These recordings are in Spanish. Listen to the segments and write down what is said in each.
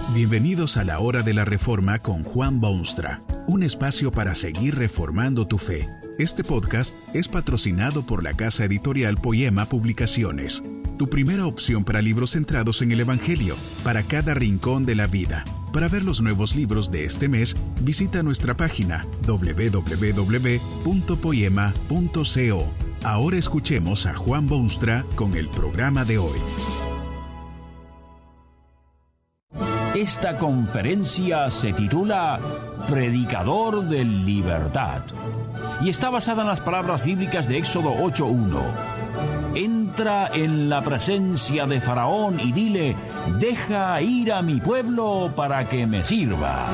Bienvenidos a la Hora de la Reforma con Juan Boonstra, un espacio para seguir reformando tu fe. Este podcast es patrocinado por la casa editorial Poema Publicaciones, tu primera opción para libros centrados en el Evangelio, para cada rincón de la vida. Para ver los nuevos libros de este mes, visita nuestra página www.poema.co. Ahora escuchemos a Juan Boonstra con el programa de hoy. Esta conferencia se titula Predicador de Libertad y está basada en las palabras bíblicas de Éxodo 8:1. Entra en la presencia de Faraón y dile: deja ir a mi pueblo para que me sirva.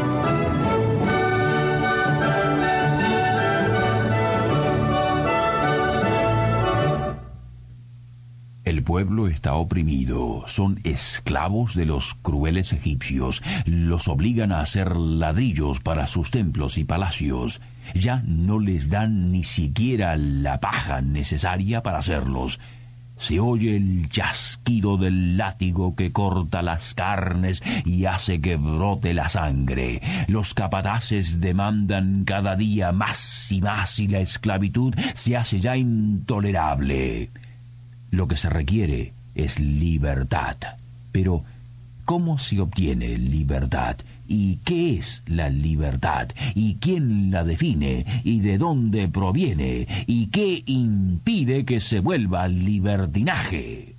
El pueblo está oprimido, son esclavos de los crueles egipcios, los obligan a hacer ladrillos para sus templos y palacios. Ya no les dan ni siquiera la paja necesaria para hacerlos. Se oye el chasquido del látigo que corta las carnes y hace que brote la sangre. Los capataces demandan cada día más y la esclavitud se hace ya intolerable. Lo que se requiere es libertad. Pero, ¿cómo se obtiene libertad? ¿Y qué es la libertad? ¿Y quién la define? ¿Y de dónde proviene? ¿Y qué impide que se vuelva libertinaje?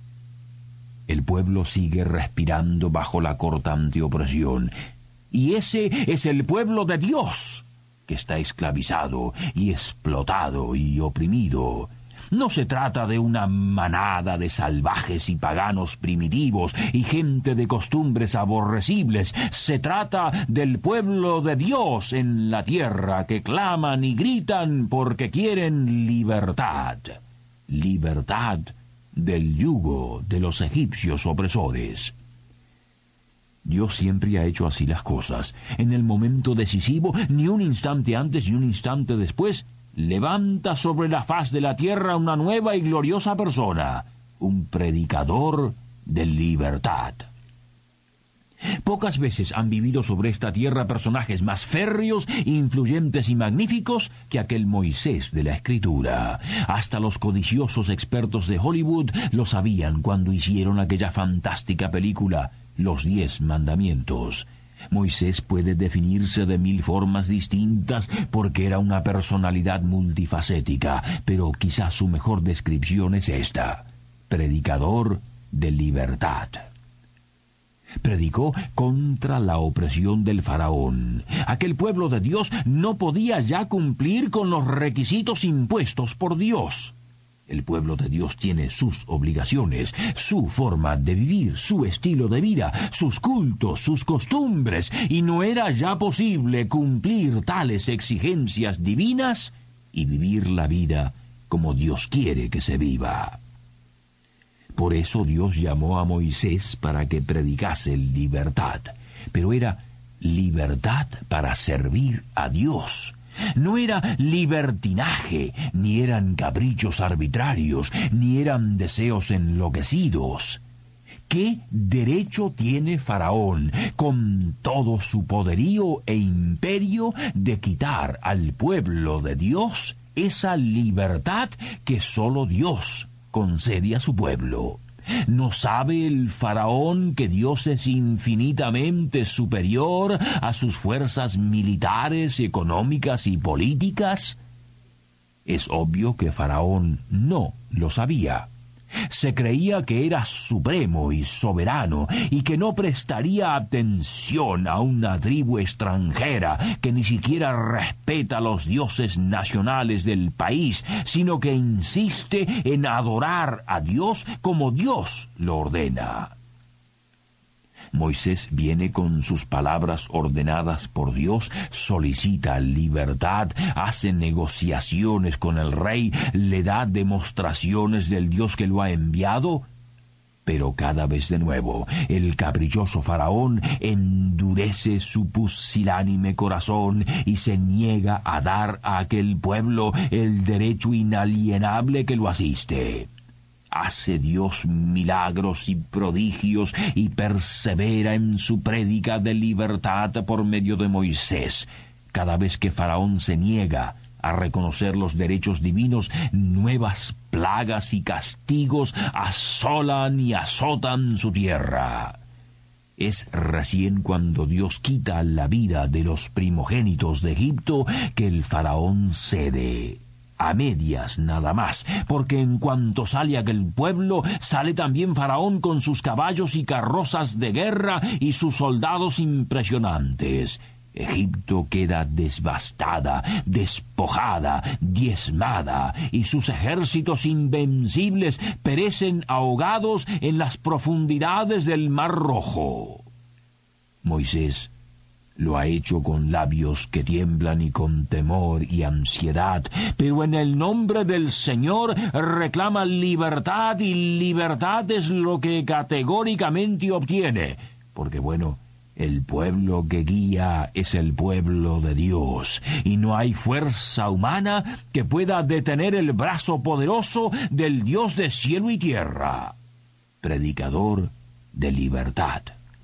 El pueblo sigue respirando bajo la cortante opresión. Y ese es el pueblo de Dios, que está esclavizado y explotado y oprimido. No se trata de una manada de salvajes y paganos primitivos y gente de costumbres aborrecibles. Se trata del pueblo de Dios en la tierra que claman y gritan porque quieren libertad. Libertad del yugo de los egipcios opresores. Dios siempre ha hecho así las cosas. En el momento decisivo, ni un instante antes ni un instante después, levanta sobre la faz de la tierra una nueva y gloriosa persona, un predicador de libertad. Pocas veces han vivido sobre esta tierra personajes más férreos, influyentes y magníficos que aquel Moisés de la Escritura. Hasta los codiciosos expertos de Hollywood lo sabían cuando hicieron aquella fantástica película, Los 10 Mandamientos. Moisés puede definirse de 1000 formas distintas porque era una personalidad multifacética, pero quizás su mejor descripción es esta: predicador de libertad. Predicó contra la opresión del faraón. Aquel pueblo de Dios no podía ya cumplir con los requisitos impuestos por Dios. El pueblo de Dios tiene sus obligaciones, su forma de vivir, su estilo de vida, sus cultos, sus costumbres, y no era ya posible cumplir tales exigencias divinas y vivir la vida como Dios quiere que se viva. Por eso Dios llamó a Moisés para que predicase libertad, pero era libertad para servir a Dios. No era libertinaje, ni eran caprichos arbitrarios, ni eran deseos enloquecidos. ¿Qué derecho tiene Faraón, con todo su poderío e imperio, de quitar al pueblo de Dios esa libertad que solo Dios concede a su pueblo? ¿No sabe el faraón que Dios es infinitamente superior a sus fuerzas militares, económicas y políticas? Es obvio que Faraón no lo sabía. Se creía que era supremo y soberano y que no prestaría atención a una tribu extranjera que ni siquiera respeta a los dioses nacionales del país, sino que insiste en adorar a Dios como Dios lo ordena. Moisés viene con sus palabras ordenadas por Dios, solicita libertad, hace negociaciones con el rey, le da demostraciones del Dios que lo ha enviado, pero cada vez de nuevo el caprichoso faraón endurece su pusilánime corazón y se niega a dar a aquel pueblo el derecho inalienable que lo asiste. Hace Dios milagros y prodigios y persevera en su prédica de libertad por medio de Moisés. Cada vez que Faraón se niega a reconocer los derechos divinos, nuevas plagas y castigos asolan y azotan su tierra. Es recién cuando Dios quita la vida de los primogénitos de Egipto que el Faraón cede. A medias nada más, porque en cuanto sale aquel pueblo, sale también Faraón con sus caballos y carrozas de guerra y sus soldados impresionantes. Egipto queda devastada, despojada, diezmada, y sus ejércitos invencibles perecen ahogados en las profundidades del Mar Rojo. Moisés lo ha hecho con labios que tiemblan y con temor y ansiedad, pero en el nombre del Señor reclama libertad, y libertad es lo que categóricamente obtiene, porque el pueblo que guía es el pueblo de Dios, y no hay fuerza humana que pueda detener el brazo poderoso del Dios de cielo y tierra, predicador de libertad.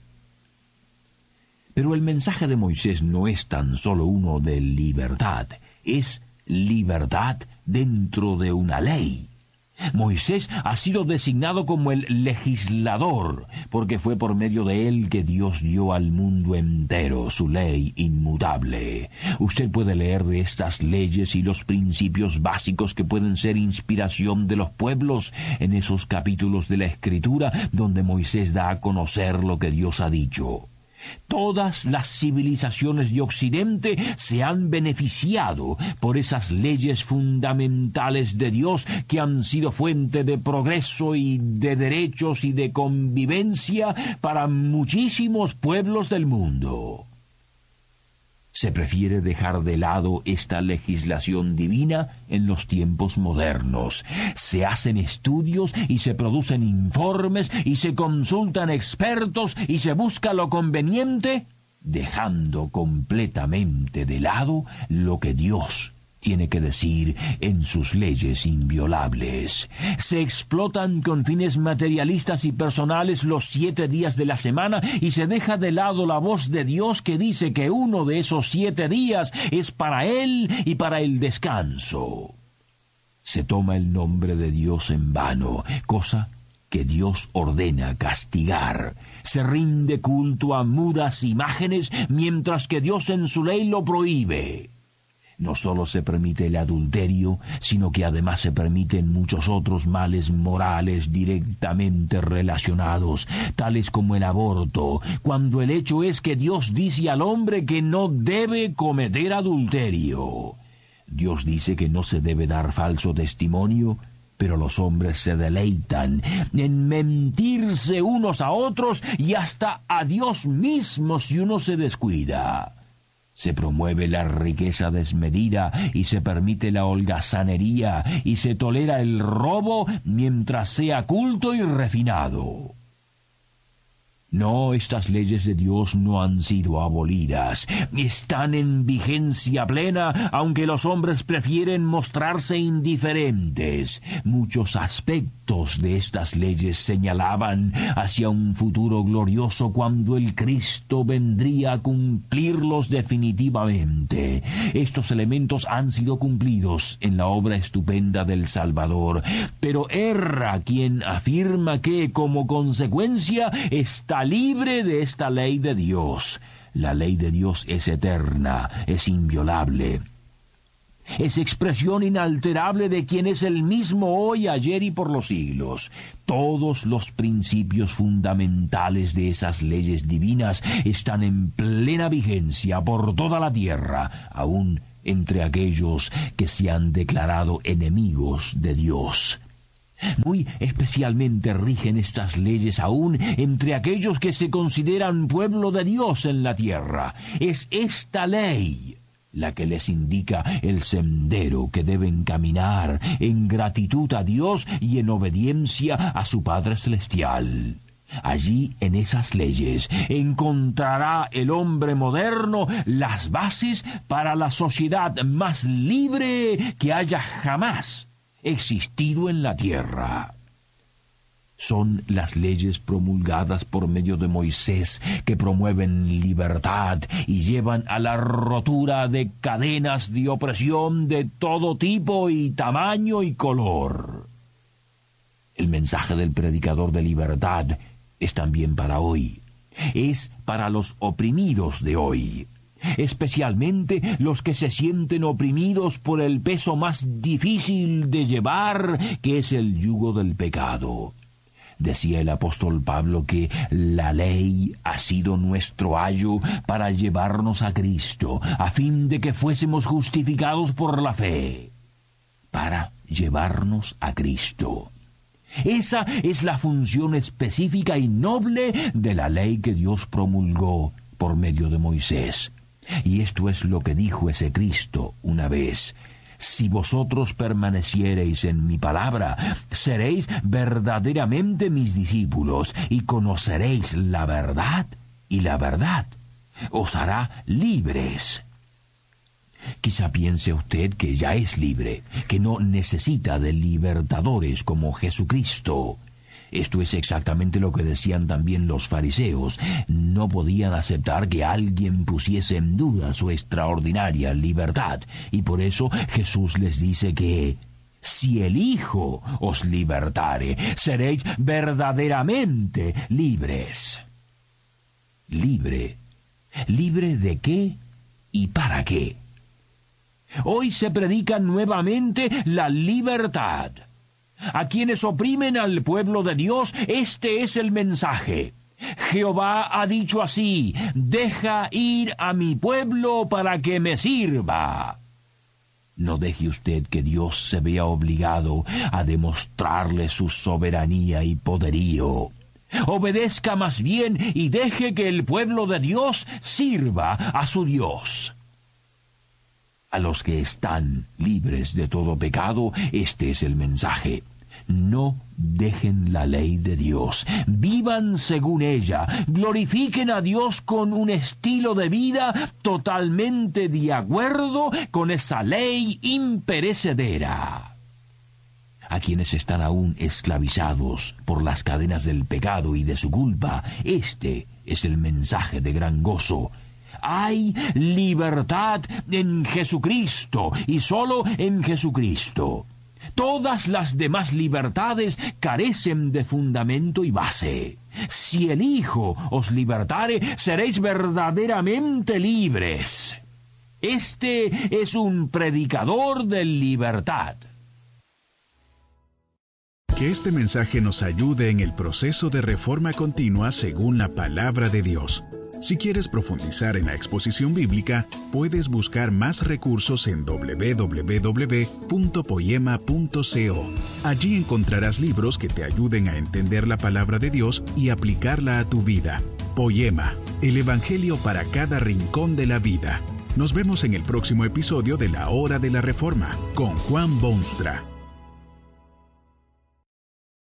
Pero el mensaje de Moisés no es tan solo uno de libertad, es libertad dentro de una ley. Moisés ha sido designado como el legislador, porque fue por medio de él que Dios dio al mundo entero su ley inmutable. Usted puede leer de estas leyes y los principios básicos que pueden ser inspiración de los pueblos en esos capítulos de la Escritura donde Moisés da a conocer lo que Dios ha dicho. Todas las civilizaciones de Occidente se han beneficiado por esas leyes fundamentales de Dios que han sido fuente de progreso y de derechos y de convivencia para muchísimos pueblos del mundo. Se prefiere dejar de lado esta legislación divina en los tiempos modernos. Se hacen estudios y se producen informes y se consultan expertos y se busca lo conveniente, dejando completamente de lado lo que Dios tiene que decir en sus leyes inviolables. Se explotan con fines materialistas y personales los 7 días de la semana y se deja de lado la voz de Dios que dice que uno de esos 7 días es para Él y para el descanso. Se toma el nombre de Dios en vano, cosa que Dios ordena castigar. Se rinde culto a mudas imágenes, mientras que Dios en su ley lo prohíbe. No solo se permite el adulterio, sino que además se permiten muchos otros males morales directamente relacionados, tales como el aborto, cuando el hecho es que Dios dice al hombre que no debe cometer adulterio. Dios dice que no se debe dar falso testimonio, pero los hombres se deleitan en mentirse unos a otros y hasta a Dios mismo si uno se descuida. Se promueve la riqueza desmedida y se permite la holgazanería y se tolera el robo mientras sea culto y refinado. No, estas leyes de Dios no han sido abolidas. Están en vigencia plena, aunque los hombres prefieren mostrarse indiferentes. Muchos aspectos de estas leyes señalaban hacia un futuro glorioso cuando el Cristo vendría a cumplirlos definitivamente. Estos elementos han sido cumplidos en la obra estupenda del Salvador, pero erra quien afirma que, como consecuencia, está libre de esta ley de Dios. La ley de Dios es eterna, es inviolable. Es expresión inalterable de quien es el mismo hoy, ayer y por los siglos. Todos los principios fundamentales de esas leyes divinas están en plena vigencia por toda la tierra, aun entre aquellos que se han declarado enemigos de Dios. Muy especialmente rigen estas leyes aún entre aquellos que se consideran pueblo de Dios en la tierra. Es esta ley la que les indica el sendero que deben caminar en gratitud a Dios y en obediencia a su Padre Celestial. Allí, en esas leyes, encontrará el hombre moderno las bases para la sociedad más libre que haya jamás existido en la tierra. Son las leyes promulgadas por medio de Moisés que promueven libertad y llevan a la rotura de cadenas de opresión de todo tipo y tamaño y color. El mensaje del predicador de libertad es también para hoy. Es para los oprimidos de hoy, especialmente los que se sienten oprimidos por el peso más difícil de llevar, que es el yugo del pecado. Decía el apóstol Pablo que la ley ha sido nuestro ayo para llevarnos a Cristo, a fin de que fuésemos justificados por la fe. Para llevarnos a Cristo. Esa es la función específica y noble de la ley que Dios promulgó por medio de Moisés. Y esto es lo que dijo ese Cristo una vez: si vosotros permaneciereis en mi palabra, seréis verdaderamente mis discípulos y conoceréis la verdad, y la verdad os hará libres. Quizá piense usted que ya es libre, que no necesita de libertadores como Jesucristo. Esto es exactamente lo que decían también los fariseos. No podían aceptar que alguien pusiese en duda su extraordinaria libertad, y por eso Jesús les dice que si el Hijo os libertare, seréis verdaderamente libres. ¿Libre? ¿Libre de qué y para qué? Hoy se predica nuevamente la libertad. A quienes oprimen al pueblo de Dios, este es el mensaje. Jehová ha dicho así: deja ir a mi pueblo para que me sirva. No deje usted que Dios se vea obligado a demostrarle su soberanía y poderío. Obedezca más bien y deje que el pueblo de Dios sirva a su Dios. A los que están libres de todo pecado, este es el mensaje. No dejen la ley de Dios. Vivan según ella. Glorifiquen a Dios con un estilo de vida totalmente de acuerdo con esa ley imperecedera. A quienes están aún esclavizados por las cadenas del pecado y de su culpa, este es el mensaje de gran gozo. Hay libertad en Jesucristo y solo en Jesucristo. Todas las demás libertades carecen de fundamento y base. Si el Hijo os libertare, seréis verdaderamente libres. Este es un predicador de libertad. Que este mensaje nos ayude en el proceso de reforma continua según la palabra de Dios. Si quieres profundizar en la exposición bíblica, puedes buscar más recursos en www.poema.co. Allí encontrarás libros que te ayuden a entender la palabra de Dios y aplicarla a tu vida. Poema, el Evangelio para cada rincón de la vida. Nos vemos en el próximo episodio de La Hora de la Reforma con Juan Boonstra.